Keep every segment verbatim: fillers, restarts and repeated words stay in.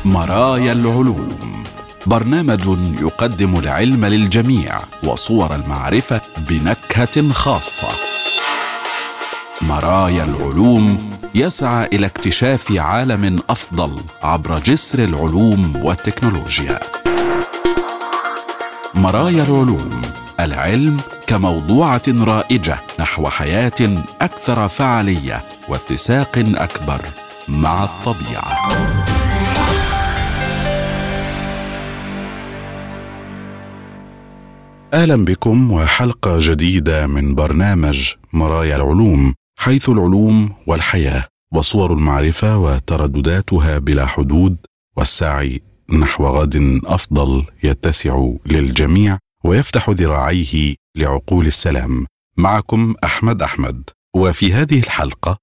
مرايا العلوم، برنامج يقدم العلم للجميع وصور المعرفة بنكهة خاصة. مرايا العلوم يسعى إلى اكتشاف عالم أفضل عبر جسر العلوم والتكنولوجيا. مرايا العلوم، العلم كموضوعة رائجة نحو حياة أكثر فعالية واتساق أكبر مع الطبيعة. أهلا بكم وحلقة جديدة من برنامج مرايا العلوم، حيث العلوم والحياة وصور المعرفة وتردداتها بلا حدود، والسعي نحو غد أفضل يتسع للجميع ويفتح ذراعيه لعقول السلام. معكم أحمد أحمد، وفي هذه الحلقة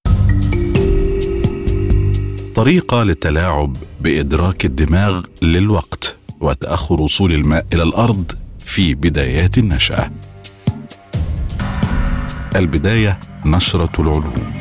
طريقة للتلاعب بإدراك الدماغ للوقت وتأخر وصول الماء إلى الأرض في بدايات النشأة. البداية نشرة العلوم.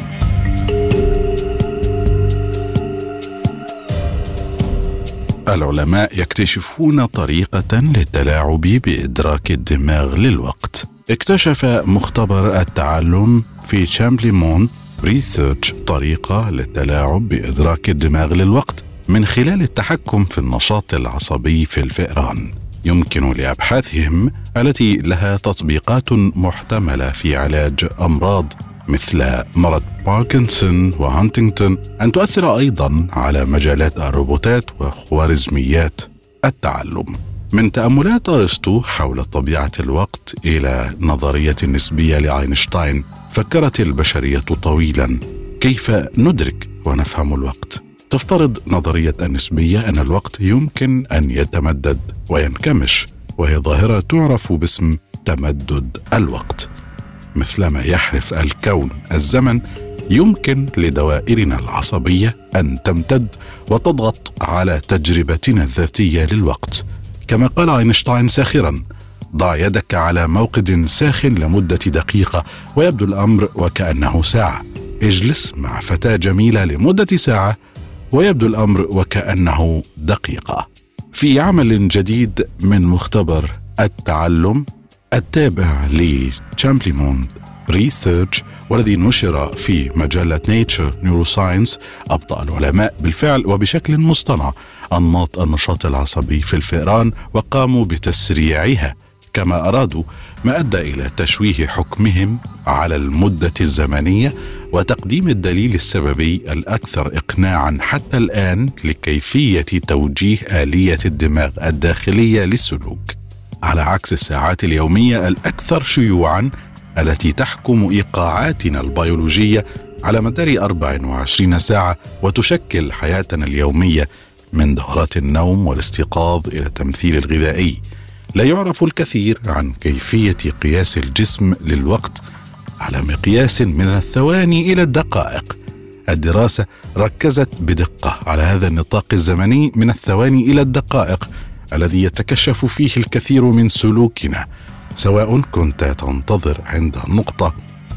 العلماء يكتشفون طريقة للتلاعب بإدراك الدماغ للوقت. اكتشف مختبر التعلم في شامبليمون ريسيرش طريقة للتلاعب بإدراك الدماغ للوقت من خلال التحكم في النشاط العصبي في الفئران. يمكن لأبحاثهم التي لها تطبيقات محتملة في علاج أمراض مثل مرض باركنسون وهانتينغتون أن تؤثر أيضا على مجالات الروبوتات وخوارزميات التعلم. من تأملات أرسطو حول طبيعة الوقت إلى نظرية النسبية لأينشتاين، فكرت البشرية طويلا كيف ندرك ونفهم الوقت. تفترض نظرية النسبية أن الوقت يمكن أن يتمدد وينكمش، وهي ظاهرة تعرف باسم تمدد الوقت. مثلما يحرف الكون الزمن، يمكن لدوائرنا العصبية أن تمتد وتضغط على تجربتنا الذاتية للوقت. كما قال أينشتاين ساخرا: ضع يدك على موقد ساخن لمدة دقيقة ويبدو الأمر وكأنه ساعة. اجلس مع فتاة جميلة لمدة ساعة ويبدو الأمر وكأنه دقيقة. في عمل جديد من مختبر التعلم التابع لشامبليمون ريسيرش والذي نشر في مجلة نيتشر نيوروساينس، أبطأ العلماء بالفعل وبشكل مصطنع أنماط النشاط العصبي في الفئران وقاموا بتسريعها كما أرادوا، ما أدى إلى تشويه حكمهم على المدة الزمنية وتقديم الدليل السببي الأكثر إقناعا حتى الآن لكيفية توجيه آلية الدماغ الداخلية للسلوك، على عكس الساعات اليومية الأكثر شيوعا التي تحكم إيقاعاتنا البيولوجية على مدار أربع وعشرين ساعة وتشكل حياتنا اليومية من دورات النوم والاستيقاظ إلى التمثيل الغذائي. لا يعرف الكثير عن كيفية قياس الجسم للوقت على مقياس من الثواني إلى الدقائق. الدراسة ركزت بدقة على هذا النطاق الزمني من الثواني إلى الدقائق الذي يتكشف فيه الكثير من سلوكنا، سواء كنت تنتظر عند النقطة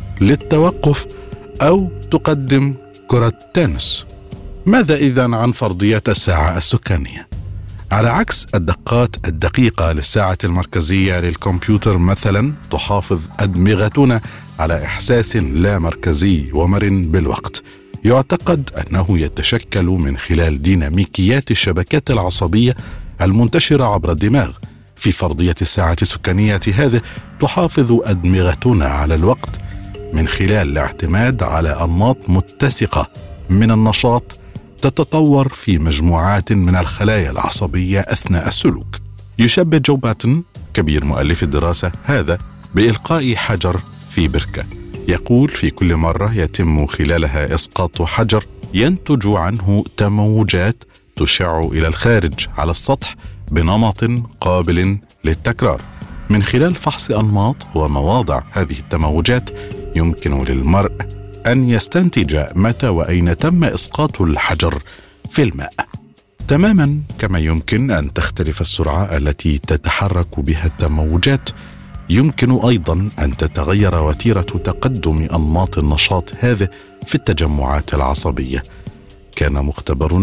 للتوقف أو تقدم كرة تنس. ماذا إذن عن فرضية الساعة السكانية؟ على عكس الدقات الدقيقة للساعة المركزية للكمبيوتر مثلا، تحافظ أدمغتنا على إحساس لا مركزي ومرن بالوقت، يعتقد أنه يتشكل من خلال ديناميكيات الشبكات العصبية المنتشرة عبر الدماغ. في فرضية الساعة السكانية هذه، تحافظ أدمغتنا على الوقت من خلال الاعتماد على أنماط متسقة من النشاط تتطور في مجموعات من الخلايا العصبية أثناء السلوك. يشبه جو باتن كبير مؤلف الدراسة هذا بإلقاء حجر في بركة. يقول: في كل مرة يتم خلالها إسقاط حجر ينتج عنه تموجات تشع إلى الخارج على السطح بنمط قابل للتكرار. من خلال فحص أنماط ومواضع هذه التموجات، يمكن للمرء أن يستنتج متى وأين تم إسقاط الحجر في الماء، تماما كما يمكن أن تختلف السرعة التي تتحرك بها التموجات. يمكن أيضا أن تتغير وتيرة تقدم أنماط النشاط هذه في التجمعات العصبية. كان مختبرنا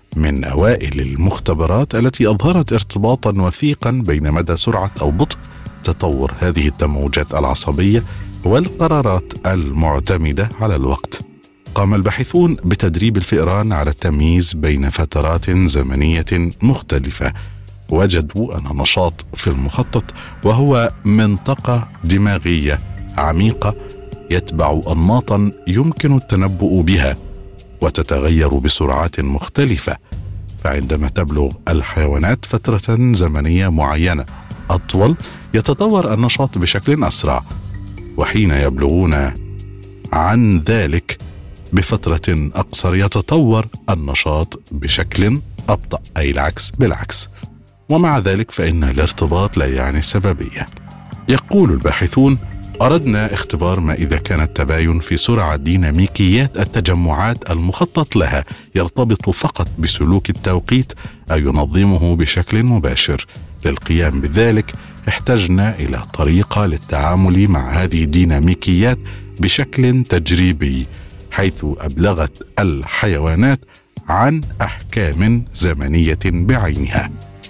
من أوائل المختبرات التي أظهرت ارتباطا وثيقا بين مدى سرعة أو بطء تطور هذه التموجات العصبية والقرارات المعتمدة على الوقت. قام الباحثون بتدريب الفئران على التمييز بين فترات زمنية مختلفة. وجدوا أن النشاط في المخطط، وهو منطقة دماغية عميقة يتبع أنماطا يمكن التنبؤ بها وتتغير بسرعات مختلفة. فعندما تبلغ الحيوانات فترة زمنية معينة أطول يتطور النشاط بشكل أسرع، وحين يبلغون عن ذلك بفترة أقصر يتطور النشاط بشكل أبطأ، أي العكس بالعكس. ومع ذلك فإن الارتباط لا يعني السببية. يقول الباحثون: أردنا اختبار ما إذا كان التباين في سرعة ديناميكيات التجمعات المخطط لها يرتبط فقط بسلوك التوقيت أو ينظمه بشكل مباشر. للقيام بذلك احتجنا إلى طريقة للتعامل مع هذه الديناميكيات بشكل تجريبي، حيث أبلغت الحيوانات عن أحكام زمنية بعينها.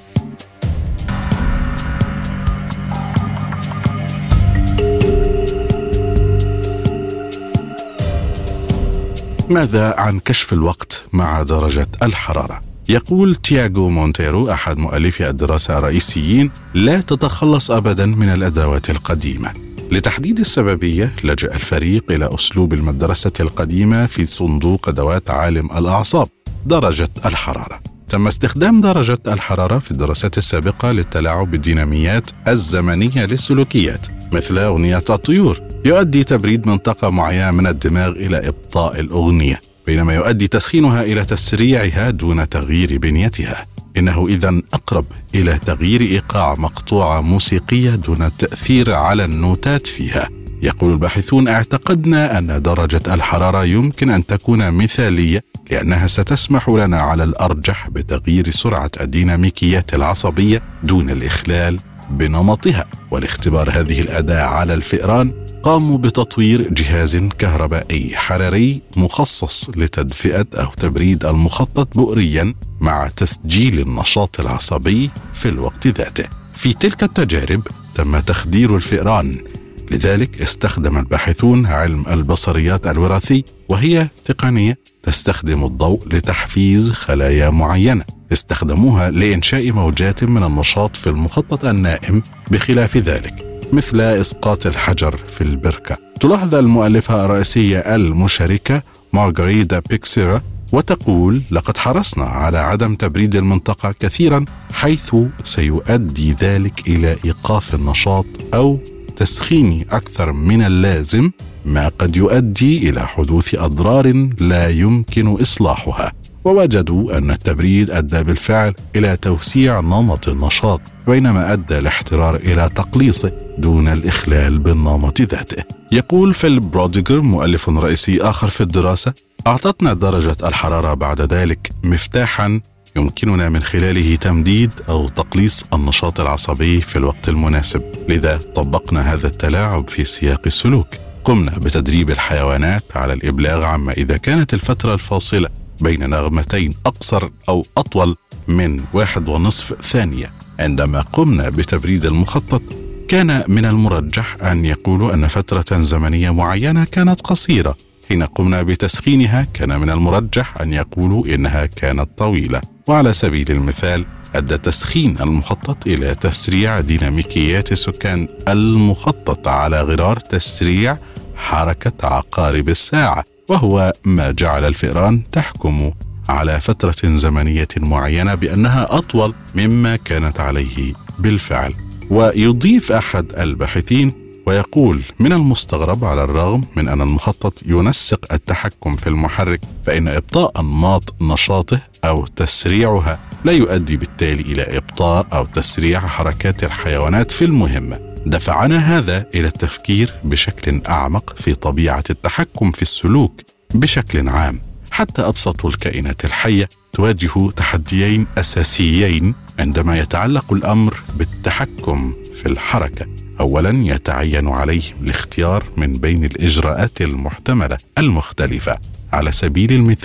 ماذا عن كشف الوقت مع درجة الحرارة؟ يقول تياغو مونتيرو أحد مؤلفي الدراسة الرئيسيين: لا تتخلص أبدا من الأدوات القديمة. لتحديد السببية لجأ الفريق إلى أسلوب المدرسة القديمة في صندوق أدوات عالم الأعصاب، درجة الحرارة. تم استخدام درجة الحرارة في الدراسات السابقة للتلاعب بالديناميات الزمنية للسلوكيات، مثل أغنية الطيور. يؤدي تبريد منطقة معينة من الدماغ إلى إبطاء الأغنية، بينما يؤدي تسخينها إلى تسريعها دون تغيير بنيتها. إنه إذن أقرب إلى تغيير إيقاع مقطوعة موسيقية دون التأثير على النوتات فيها. يقول الباحثون: اعتقدنا أن درجة الحرارة يمكن أن تكون مثالية، لأنها ستسمح لنا على الأرجح بتغيير سرعة الديناميكيات العصبية دون الإخلال بنمطها. ولاختبار هذه الأداة على الفئران قاموا بتطوير جهاز كهربائي حراري مخصص لتدفئة أو تبريد المخطط بؤريا مع تسجيل النشاط العصبي في الوقت ذاته. في تلك التجارب تم تخدير الفئران، لذلك استخدم الباحثون علم البصريات الوراثي، وهي تقنية تستخدم الضوء لتحفيز خلايا معينة. استخدموها لإنشاء موجات من النشاط في المخطط النائم بخلاف ذلك، مثل إسقاط الحجر في البركة. تلاحظ المؤلفة الرئيسية المشاركة مارغريتا بيكسيرا وتقول: لقد حرصنا على عدم تبريد المنطقة كثيرا، حيث سيؤدي ذلك إلى إيقاف النشاط أو تسخين أكثر من اللازم، ما قد يؤدي إلى حدوث أضرار لا يمكن إصلاحها. ووجدوا أن التبريد أدى بالفعل إلى توسيع نمط النشاط، بينما أدى الاحترار إلى تقليصه دون الإخلال بالنمط ذاته. يقول فيل بروديجر مؤلف رئيسي آخر في الدراسة: أعطتنا درجة الحرارة بعد ذلك مفتاحا يمكننا من خلاله تمديد أو تقليص النشاط العصبي في الوقت المناسب، لذا طبقنا هذا التلاعب في سياق السلوك. قمنا بتدريب الحيوانات على الإبلاغ عما إذا كانت الفترة الفاصلة بين نغمتين أقصر أو أطول من واحد ونصف ثانية. عندما قمنا بتبريد المخطط كان من المرجح أن يقولوا أن فترة زمنية معينة كانت قصيرة، حين قمنا بتسخينها كان من المرجح أن يقولوا إنها كانت طويلة. وعلى سبيل المثال أدى تسخين المخطط إلى تسريع ديناميكيات سكان المخطط على غرار تسريع حركة عقارب الساعة، وهو ما جعل الفئران تحكم على فترة زمنية معينة بأنها أطول مما كانت عليه بالفعل. ويضيف أحد الباحثين ويقول: من المستغرب على الرغم من أن المخطط ينسق التحكم في المحرك، فإن إبطاء أنماط نشاطه أو تسريعها لا يؤدي بالتالي إلى إبطاء أو تسريع حركات الحيوانات في المهمة. دفعنا هذا إلى التفكير بشكل أعمق في طبيعة التحكم في السلوك بشكل عام. حتى أبسط الكائنات الحية تواجه تحديين أساسيين عندما يتعلق الأمر بالتحكم في الحركة. أولاً، يتعين عليهم الاختيار من بين الإجراءات المحتملة المختلفة. على سبيل المثال،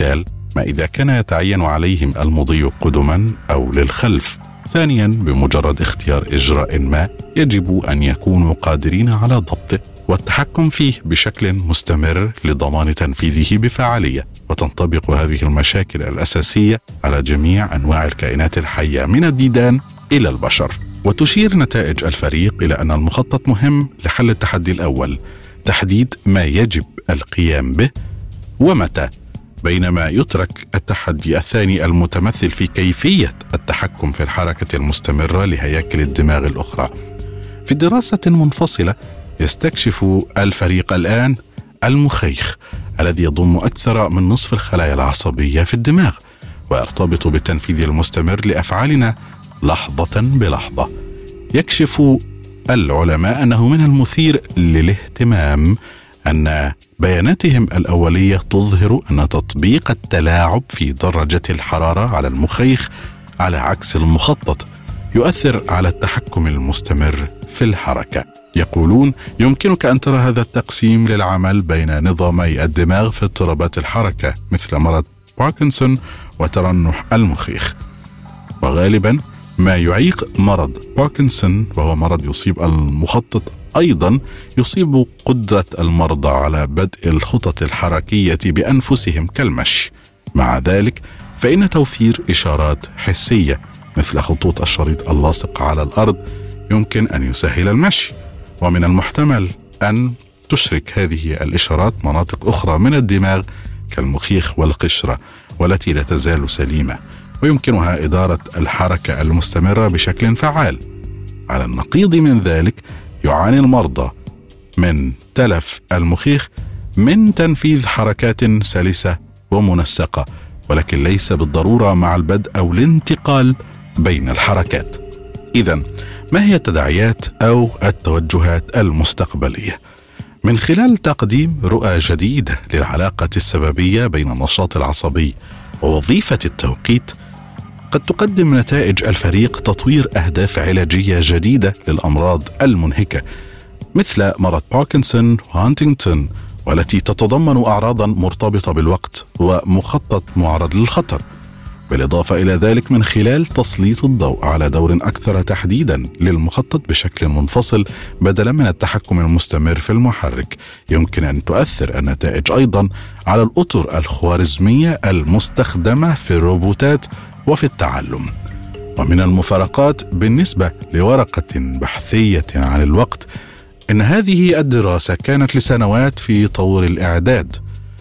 ما إذا كان يتعين عليهم المضي قدما أو للخلف. ثانيا، بمجرد اختيار إجراء ما يجب أن يكونوا قادرين على ضبطه والتحكم فيه بشكل مستمر لضمان تنفيذه بفعالية. وتنطبق هذه المشاكل الأساسية على جميع أنواع الكائنات الحية من الديدان إلى البشر. وتشير نتائج الفريق إلى أن المخطط مهم لحل التحدي الأول، تحديد ما يجب القيام به ومتى، بينما يترك التحدي الثاني المتمثل في كيفية التحكم في الحركة المستمرة لهياكل الدماغ الأخرى. في دراسة منفصلة يستكشف الفريق الآن المخيخ الذي يضم أكثر من نصف الخلايا العصبية في الدماغ ويرتبط بالتنفيذ المستمر لأفعالنا لحظة بلحظة. يكشف العلماء أنه من المثير للاهتمام أن بياناتهم الأولية تظهر أن تطبيق التلاعب في درجة الحرارة على المخيخ على عكس المخطط يؤثر على التحكم المستمر في الحركة. يقولون يمكنك أن ترى هذا التقسيم للعمل بين نظامي الدماغ في اضطرابات الحركة مثل مرض باركنسون وترنح المخيخ. وغالبا ما يعيق مرض باركنسون وهو مرض يصيب المخطط أيضا يصيب قدرة المرضى على بدء الخطط الحركية بأنفسهم كالمشي. مع ذلك فإن توفير إشارات حسية مثل خطوط الشريط اللاصق على الأرض يمكن أن يسهل المشي، ومن المحتمل أن تشرك هذه الإشارات مناطق أخرى من الدماغ كالمخيخ والقشرة والتي لا تزال سليمة ويمكنها إدارة الحركة المستمرة بشكل فعال. على النقيض من ذلك يعاني المرضى من تلف المخيخ من تنفيذ حركات سلسة ومنسقة، ولكن ليس بالضرورة مع البدء أو الانتقال بين الحركات. إذن ما هي التداعيات أو التوجهات المستقبلية؟ من خلال تقديم رؤى جديدة للعلاقة السببية بين النشاط العصبي ووظيفة التوقيت، قد تقدم نتائج الفريق تطوير أهداف علاجية جديدة للأمراض المنهكة مثل مرض باركنسون وهانتينغتون، والتي تتضمن أعراضا مرتبطة بالوقت ومخطط معرض للخطر. بالإضافة إلى ذلك، من خلال تسليط الضوء على دور أكثر تحديدا للمخطط بشكل منفصل بدلا من التحكم المستمر في المحرك، يمكن أن تؤثر النتائج أيضا على الأطر الخوارزمية المستخدمة في الروبوتات وفي التعلم. ومن المفارقات بالنسبة لورقة بحثية عن الوقت إن هذه الدراسة كانت لسنوات في طور الإعداد.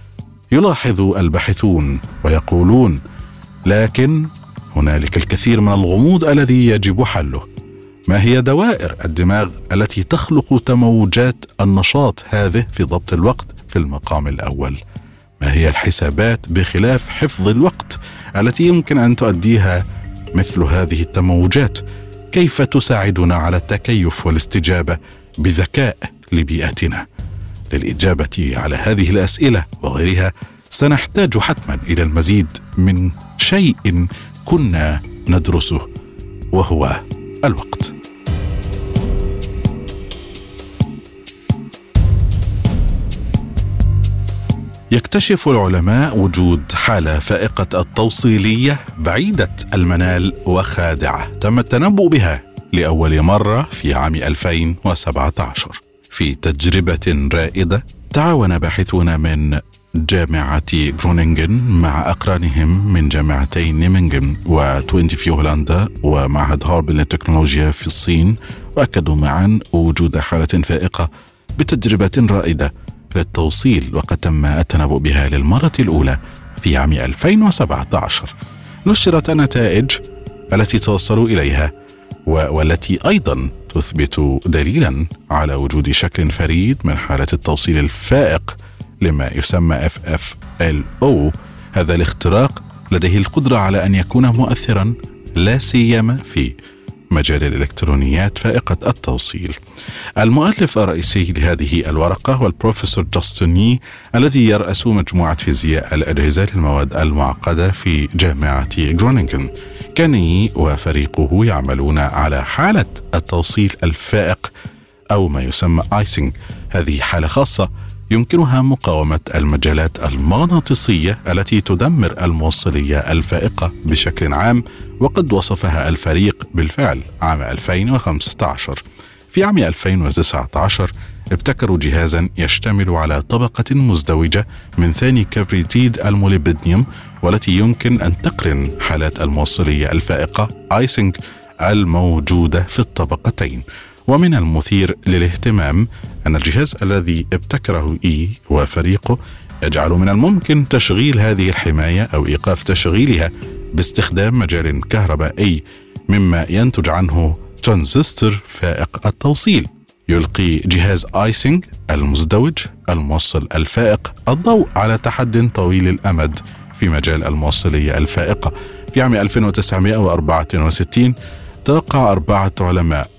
يلاحظ الباحثون ويقولون لكن هنالك الكثير من الغموض الذي يجب حله. ما هي دوائر الدماغ التي تخلق تموجات النشاط هذه في ضبط الوقت في المقام الأول؟ ما هي الحسابات بخلاف حفظ الوقت التي يمكن أن تؤديها مثل هذه التموجات؟ كيف تساعدنا على التكيف والاستجابة بذكاء لبيئتنا؟ للإجابة على هذه الأسئلة وغيرها سنحتاج حتما إلى المزيد من شيء كنا ندرسه، وهو الوقت. يكتشف العلماء وجود حالة فائقة التوصيلية بعيدة المنال وخادعة تم التنبؤ بها لأول مرة في عام ألفين وسبعة عشر. في تجربة رائدة تعاون باحثون من جامعة غرونينغن مع أقرانهم من جامعتي نيمنغن وتوينتي في هولندا ومعهد هاربل للتكنولوجيا في الصين، وأكدوا معا وجود حالة فائقة بتجربة رائدة للتوصيل وقد تم التنبؤ بها للمرة الأولى في عام ألفين وسبعة عشر. نشرت النتائج التي توصلوا إليها والتي أيضا تثبت دليلا على وجود شكل فريد من حالة التوصيل الفائق لما يسمى إف إف إل أو. هذا الاختراق لديه القدرة على أن يكون مؤثرا لا سيما في مجال الإلكترونيات فائقة التوصيل. المؤلف الرئيسي لهذه الورقة هو البروفيسور جاستن يي الذي يرأس مجموعة فيزياء الأجهزة للمواد المعقدة في جامعة غرونينغن. كان يي وفريقه يعملون على حالة التوصيل الفائق أو ما يسمى آيسينج. هذه حالة خاصة يمكنها مقاومة المجالات المغناطيسية التي تدمر الموصلية الفائقة بشكل عام، وقد وصفها الفريق بالفعل عام ألفين وخمسة عشر. في عام ألفين وتسعة عشر ابتكروا جهازا يشتمل على طبقة مزدوجة من ثاني كبريتيد الموليبدنيوم، والتي يمكن أن تقرن حالات الموصلية الفائقة آيسينج الموجودة في الطبقتين. ومن المثير للاهتمام أن الجهاز الذي ابتكره إي وفريقه يجعل من الممكن تشغيل هذه الحماية أو إيقاف تشغيلها باستخدام مجال كهربائي، مما ينتج عنه ترانزستور فائق التوصيل. يلقي جهاز آيسينج المزدوج الموصل الفائق الضوء على تحدي طويل الأمد في مجال الموصلية الفائقة. في عام ألف وتسعمائة وأربعة وستين توقع أربعة علماء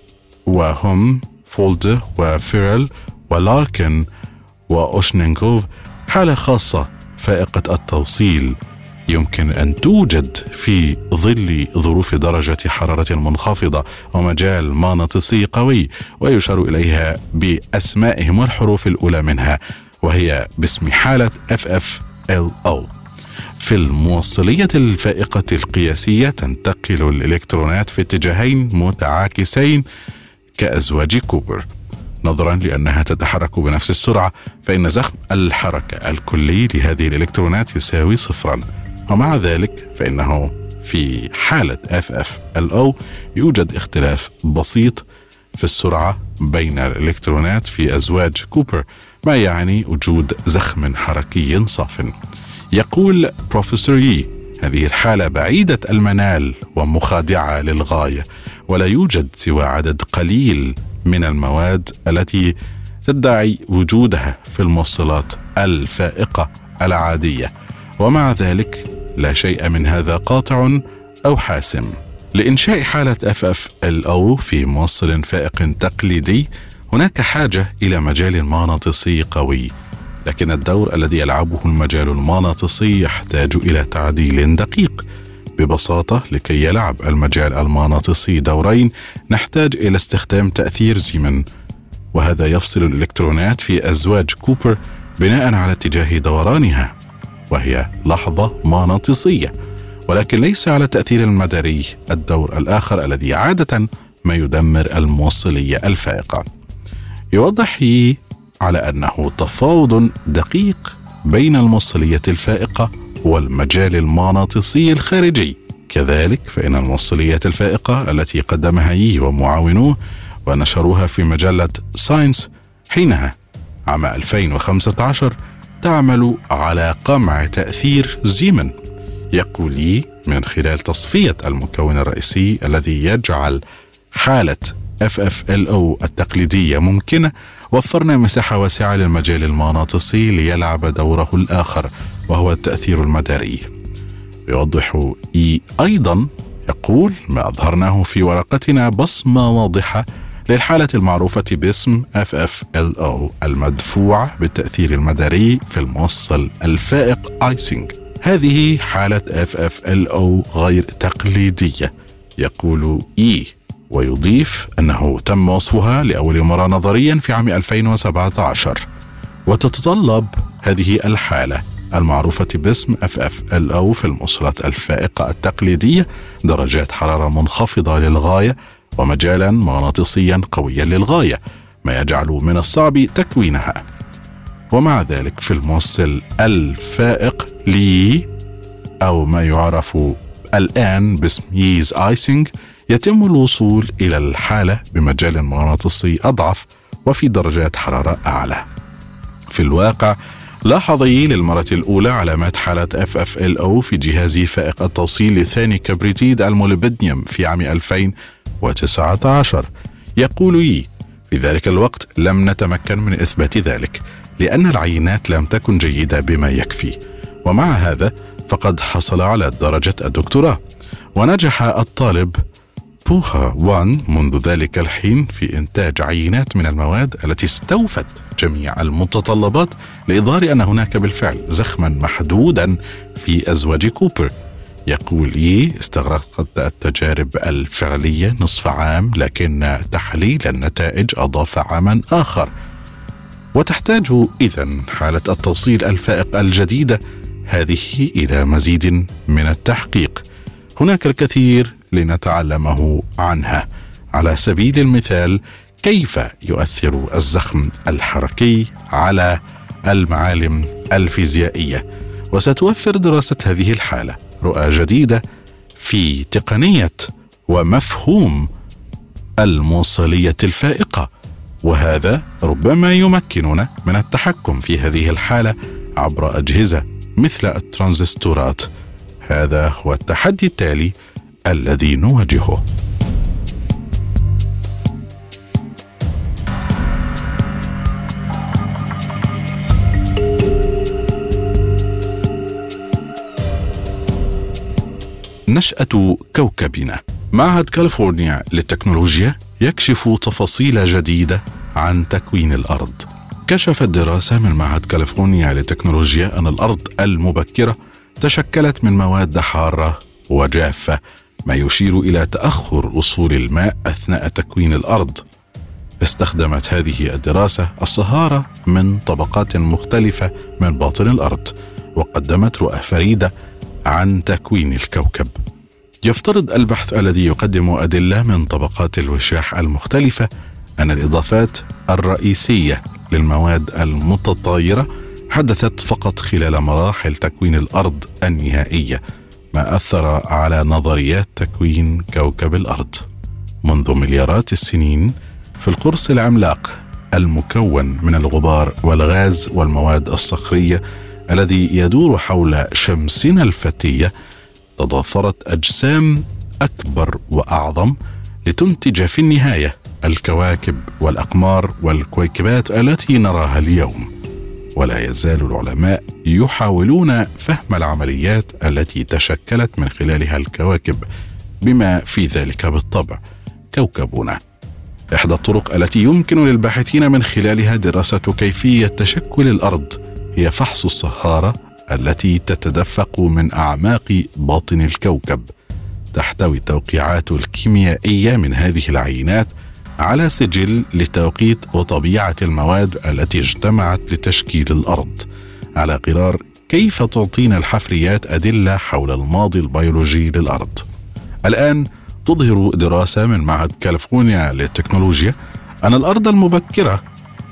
وهم فولده وفيرل ولاركن وأوشنينكوف حالة خاصة فائقة التوصيل يمكن أن توجد في ظل ظروف درجة حرارة منخفضة ومجال مغناطيسي قوي، ويشار إليها بأسمائهم والحروف الأولى منها، وهي باسم حالة إف إف إل أو. في الموصلية الفائقة القياسية تنتقل الإلكترونات في اتجاهين متعاكسين كأزواج كوبر. نظرا لأنها تتحرك بنفس السرعة، فإن زخم الحركة الكلي لهذه الإلكترونات يساوي صفرا، ومع ذلك فإنه في حالة إف إف إل أو يوجد اختلاف بسيط في السرعة بين الإلكترونات في أزواج كوبر، ما يعني وجود زخم حركي صاف. يقول بروفيسور يي: هذه الحالة بعيدة المنال ومخادعة للغاية، ولا يوجد سوى عدد قليل من المواد التي تدعي وجودها في الموصلات الفائقة العادية، ومع ذلك لا شيء من هذا قاطع أو حاسم. لإنشاء حالة إف إف إل أو في موصل فائق تقليدي هناك حاجة إلى مجال مغناطيسي قوي، لكن الدور الذي يلعبه المجال المغناطيسي يحتاج إلى تعديل دقيق. ببساطة، لكي يلعب المجال المغناطيسي دورين نحتاج إلى استخدام تأثير زيمن، وهذا يفصل الإلكترونات في أزواج كوبر بناء على اتجاه دورانها، وهي لحظة مغناطيسية، ولكن ليس على تأثير المداري الدور الآخر الذي عادة ما يدمر الموصلية الفائقة. يوضح على أنه تفاوض دقيق بين الموصلية الفائقة والمجال المغناطيسي الخارجي. كذلك فإن الموصلية الفائقة التي قدمها يي ومعاونوه ونشروها في مجلة ساينس حينها عام ألفين وخمسة عشر تعمل على قمع تأثير زيمن. يقول يي: من خلال تصفية المكون الرئيسي الذي يجعل حالة إف إف إل أو التقليدية ممكنة، وفرنا مساحة واسعة للمجال المغناطيسي ليلعب دوره الآخر وهو التأثير المداري. يوضح إي أيضا، يقول: ما أظهرناه في ورقتنا بصمة واضحة للحالة المعروفة باسم إف إف إل أو المدفوعة بالتأثير المداري في الموصل الفائق آيسينج. هذه حالة إف إف إل أو غير تقليدية، يقول إي، ويضيف أنه تم وصفها لأول مرة نظريا في عام ألفين وسبعة عشر، وتتطلب هذه الحالة المعروفة باسم إف إف إل أو في الموصلات الفائقة التقليدية درجات حرارة منخفضة للغاية ومجالا مغناطيسيا قويا للغاية، ما يجعل من الصعب تكوينها. ومع ذلك في الموصل الفائق لي أو ما يعرف الآن باسم ييز آيسينج يتم الوصول إلى الحالة بمجال مغناطيسي أضعف وفي درجات حرارة أعلى. في الواقع لاحظ يي للمرة الأولى علامات حالة إف إف إل أو في جهاز فائق التوصيل لثاني كبريتيد الموليبدنيوم في عام ألفين وتسعة عشر. يقول يي: في ذلك الوقت لم نتمكن من إثبات ذلك لأن العينات لم تكن جيدة بما يكفي، ومع هذا فقد حصل على درجة الدكتوراه. ونجح الطالب بوها وان منذ ذلك الحين في إنتاج عينات من المواد التي استوفت جميع المتطلبات لإظهار أن هناك بالفعل زخما محدودا في أزواج كوبر. يقول يي: استغرقت التجارب الفعلية نصف عام، لكن تحليل النتائج أضاف عاما آخر. وتحتاج إذن حالة التوصيل الفائق الجديدة هذه إلى مزيد من التحقيق. هناك الكثير لنتعلمه عنها. على سبيل المثال، كيف يؤثر الزخم الحركي على المعالم الفيزيائية؟ وستوفر دراسة هذه الحالة رؤى جديدة في تقنية ومفهوم الموصلية الفائقة، وهذا ربما يمكننا من التحكم في هذه الحالة عبر أجهزة مثل الترانزستورات. هذا هو التحدي التالي الذي نواجهه. نشأة كوكبنا. معهد كاليفورنيا للتكنولوجيا يكشف تفاصيل جديدة عن تكوين الأرض. كشفت دراسة من معهد كاليفورنيا للتكنولوجيا أن الأرض المبكرة تشكلت من مواد حارة وجافة، ما يشير إلى تأخر وصول الماء أثناء تكوين الأرض. استخدمت هذه الدراسة الصهارة من طبقات مختلفة من باطن الأرض، وقدمت رؤى فريدة عن تكوين الكوكب. يفترض البحث الذي يقدم أدلة من طبقات الوشاح المختلفة أن الإضافات الرئيسية للمواد المتطايرة حدثت فقط خلال مراحل تكوين الأرض النهائية، ما أثر على نظريات تكوين كوكب الأرض. منذ مليارات السنين في القرص العملاق المكون من الغبار والغاز والمواد الصخرية الذي يدور حول شمسنا الفتية، تضافرت أجسام أكبر وأعظم لتنتج في النهاية الكواكب والأقمار والكويكبات التي نراها اليوم. ولا يزال العلماء يحاولون فهم العمليات التي تشكلت من خلالها الكواكب، بما في ذلك بالطبع كوكبنا. إحدى الطرق التي يمكن للباحثين من خلالها دراسة كيفية تشكل الأرض هي فحص الصهارة التي تتدفق من أعماق باطن الكوكب. تحتوي التوقيعات الكيميائية من هذه العينات على سجل لتوقيت وطبيعة المواد التي اجتمعت لتشكيل الأرض، على غرار كيف تعطينا الحفريات أدلة حول الماضي البيولوجي للأرض. الآن تظهر دراسة من معهد كاليفورنيا للتكنولوجيا أن الأرض المبكرة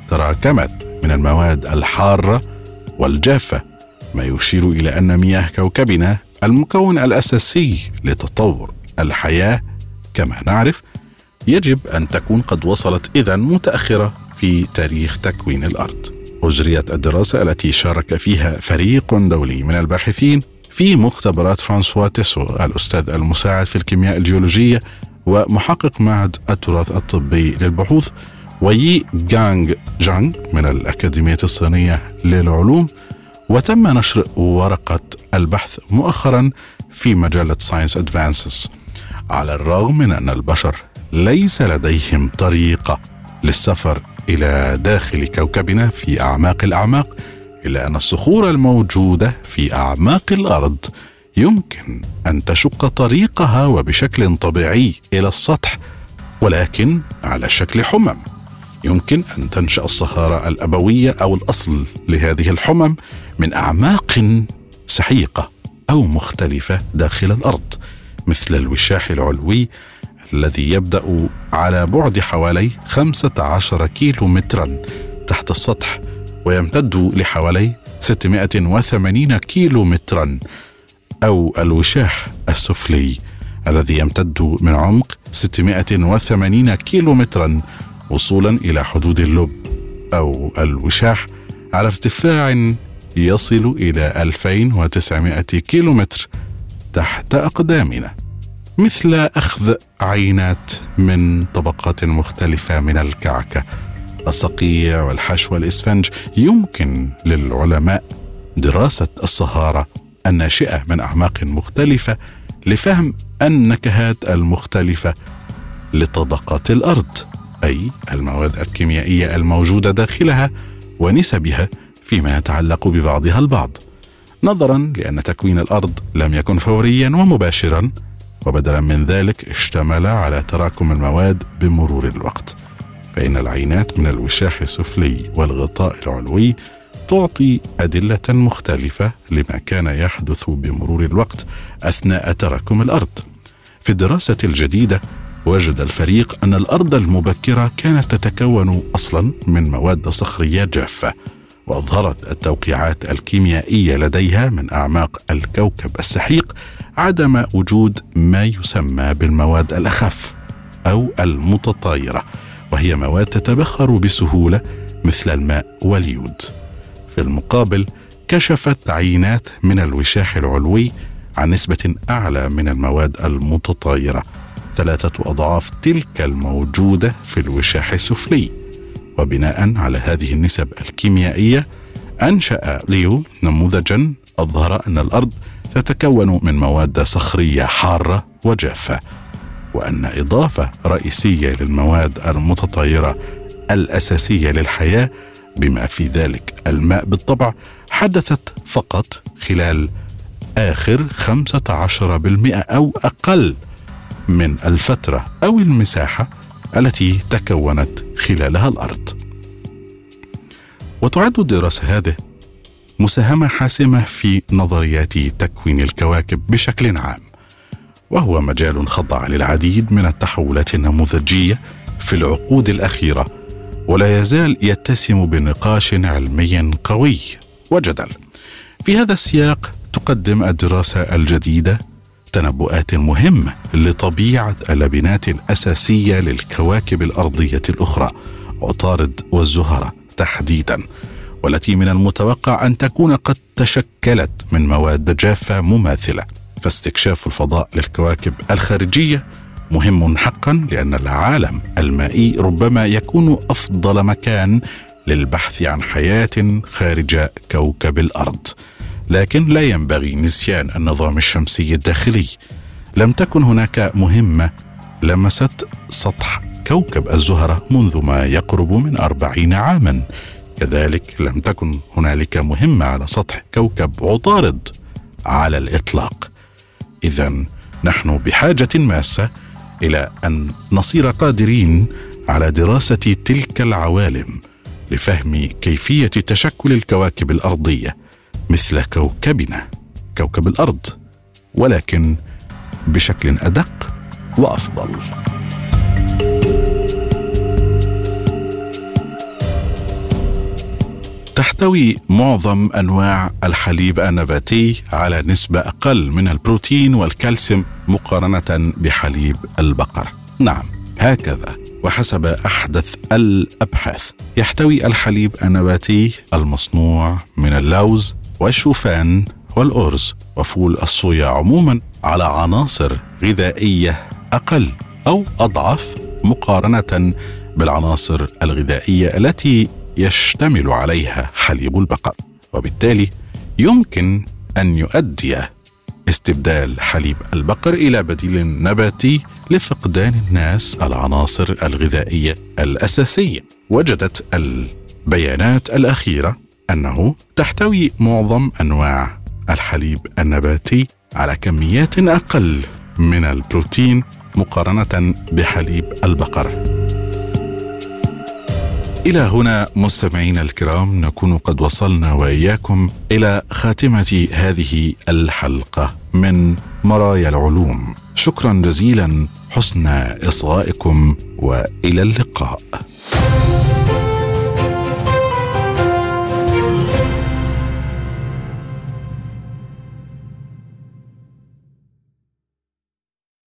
تراكمت من المواد الحارة والجافة، ما يشير إلى أن مياه كوكبنا المكون الأساسي لتطور الحياة كما نعرف يجب أن تكون قد وصلت إذن متأخرة في تاريخ تكوين الأرض. أجريت الدراسة التي شارك فيها فريق دولي من الباحثين في مختبرات فرانسوا تيسو الأستاذ المساعد في الكيمياء الجيولوجية ومحقق معهد التراث الطبي للبحوث، ويي جانغ جانغ من الأكاديمية الصينية للعلوم. وتم نشر ورقة البحث مؤخرا في مجلة ساينس أدفانسز. على الرغم من أن البشر ليس لديهم طريقة للسفر إلى داخل كوكبنا في أعماق الأعماق، إلا أن الصخور الموجودة في أعماق الأرض يمكن أن تشق طريقها وبشكل طبيعي إلى السطح، ولكن على شكل حمم. يمكن أن تنشأ الصهارة الأبوية أو الأصل لهذه الحمم من أعماق سحيقة أو مختلفة داخل الأرض، مثل الوشاح العلوي الذي يبدأ على بعد حوالي خمسة عشر كيلو مترا تحت السطح ويمتد لحوالي ستمائة وثمانين كيلو مترا، أو الوشاح السفلي الذي يمتد من عمق ستمائة وثمانين كيلو مترا وصولا إلى حدود اللب، أو الوشاح على ارتفاع يصل إلى ألفين وتسعمائة كيلو متر تحت أقدامنا، مثل أخذ عينات من طبقات مختلفة من الكعكة، الصقيع والحشو والإسفنج. يمكن للعلماء دراسة الصهارة الناشئة من أعماق مختلفة لفهم النكهات المختلفة لطبقات الأرض، أي المواد الكيميائية الموجودة داخلها ونسبها فيما يتعلق ببعضها البعض، نظرا لأن تكوين الأرض لم يكن فوريا ومباشرا، وبدلا من ذلك اشتمل على تراكم المواد بمرور الوقت. فإن العينات من الوشاح السفلي والغطاء العلوي تعطي أدلة مختلفة لما كان يحدث بمرور الوقت أثناء تراكم الأرض. في الدراسة الجديدة وجد الفريق أن الأرض المبكرة كانت تتكون أصلا من مواد صخرية جافة، وأظهرت التوقيعات الكيميائية لديها من أعماق الكوكب السحيق عدم وجود ما يسمى بالمواد الأخف أو المتطايرة، وهي مواد تتبخر بسهولة مثل الماء واليود. في المقابل كشفت عينات من الوشاح العلوي عن نسبة أعلى من المواد المتطايرة، ثلاثة أضعاف تلك الموجودة في الوشاح السفلي. وبناء على هذه النسب الكيميائية أنشأ ليو نموذجا أظهر أن الأرض تتكون من مواد صخرية حارة وجافة، وأن إضافة رئيسية للمواد المتطايرة الأساسية للحياة بما في ذلك الماء بالطبع حدثت فقط خلال آخر خمسة عشر بالمئة أو أقل من الفترة أو المساحة التي تكونت خلالها الأرض. وتعد الدراسة هذه مساهمة حاسمة في نظريات تكوين الكواكب بشكل عام، وهو مجال خضع للعديد من التحولات النموذجية في العقود الأخيرة، ولا يزال يتسم بنقاش علمي قوي وجدل. في هذا السياق تقدم الدراسة الجديدة تنبؤات مهمة لطبيعة اللبنات الأساسية للكواكب الأرضية الأخرى، عطارد والزهرة تحديدا، والتي من المتوقع أن تكون قد تشكلت من مواد جافة مماثلة. فاستكشاف الفضاء للكواكب الخارجية مهم حقا، لأن العالم المائي ربما يكون أفضل مكان للبحث عن حياة خارج كوكب الأرض. لكن لا ينبغي نسيان النظام الشمسي الداخلي. لم تكن هناك مهمة لمست سطح كوكب الزهرة منذ ما يقرب من أربعين عاما. كذلك لم تكن هنالك مهمة على سطح كوكب عطارد على الإطلاق. إذن نحن بحاجة ماسة إلى أن نصير قادرين على دراسة تلك العوالم لفهم كيفية تشكل الكواكب الأرضية مثل كوكبنا كوكب الأرض، ولكن بشكل أدق وأفضل. تحتوي معظم أنواع الحليب النباتي على نسبة أقل من البروتين والكالسيوم مقارنة بحليب البقر. نعم هكذا، وحسب أحدث الأبحاث يحتوي الحليب النباتي المصنوع من اللوز والشوفان والأرز وفول الصويا عموما على عناصر غذائية أقل أو أضعف مقارنة بالعناصر الغذائية التي يشتمل عليها حليب البقر، وبالتالي يمكن أن يؤدي استبدال حليب البقر إلى بديل نباتي لفقدان الناس العناصر الغذائية الأساسية. وجدت البيانات الأخيرة أنه تحتوي معظم أنواع الحليب النباتي على كميات أقل من البروتين مقارنة بحليب البقر. إلى هنا مستمعينا الكرام نكون قد وصلنا وإياكم إلى خاتمة هذه الحلقة من مرايا العلوم. شكرا جزيلا حسن إصغائكم وإلى اللقاء.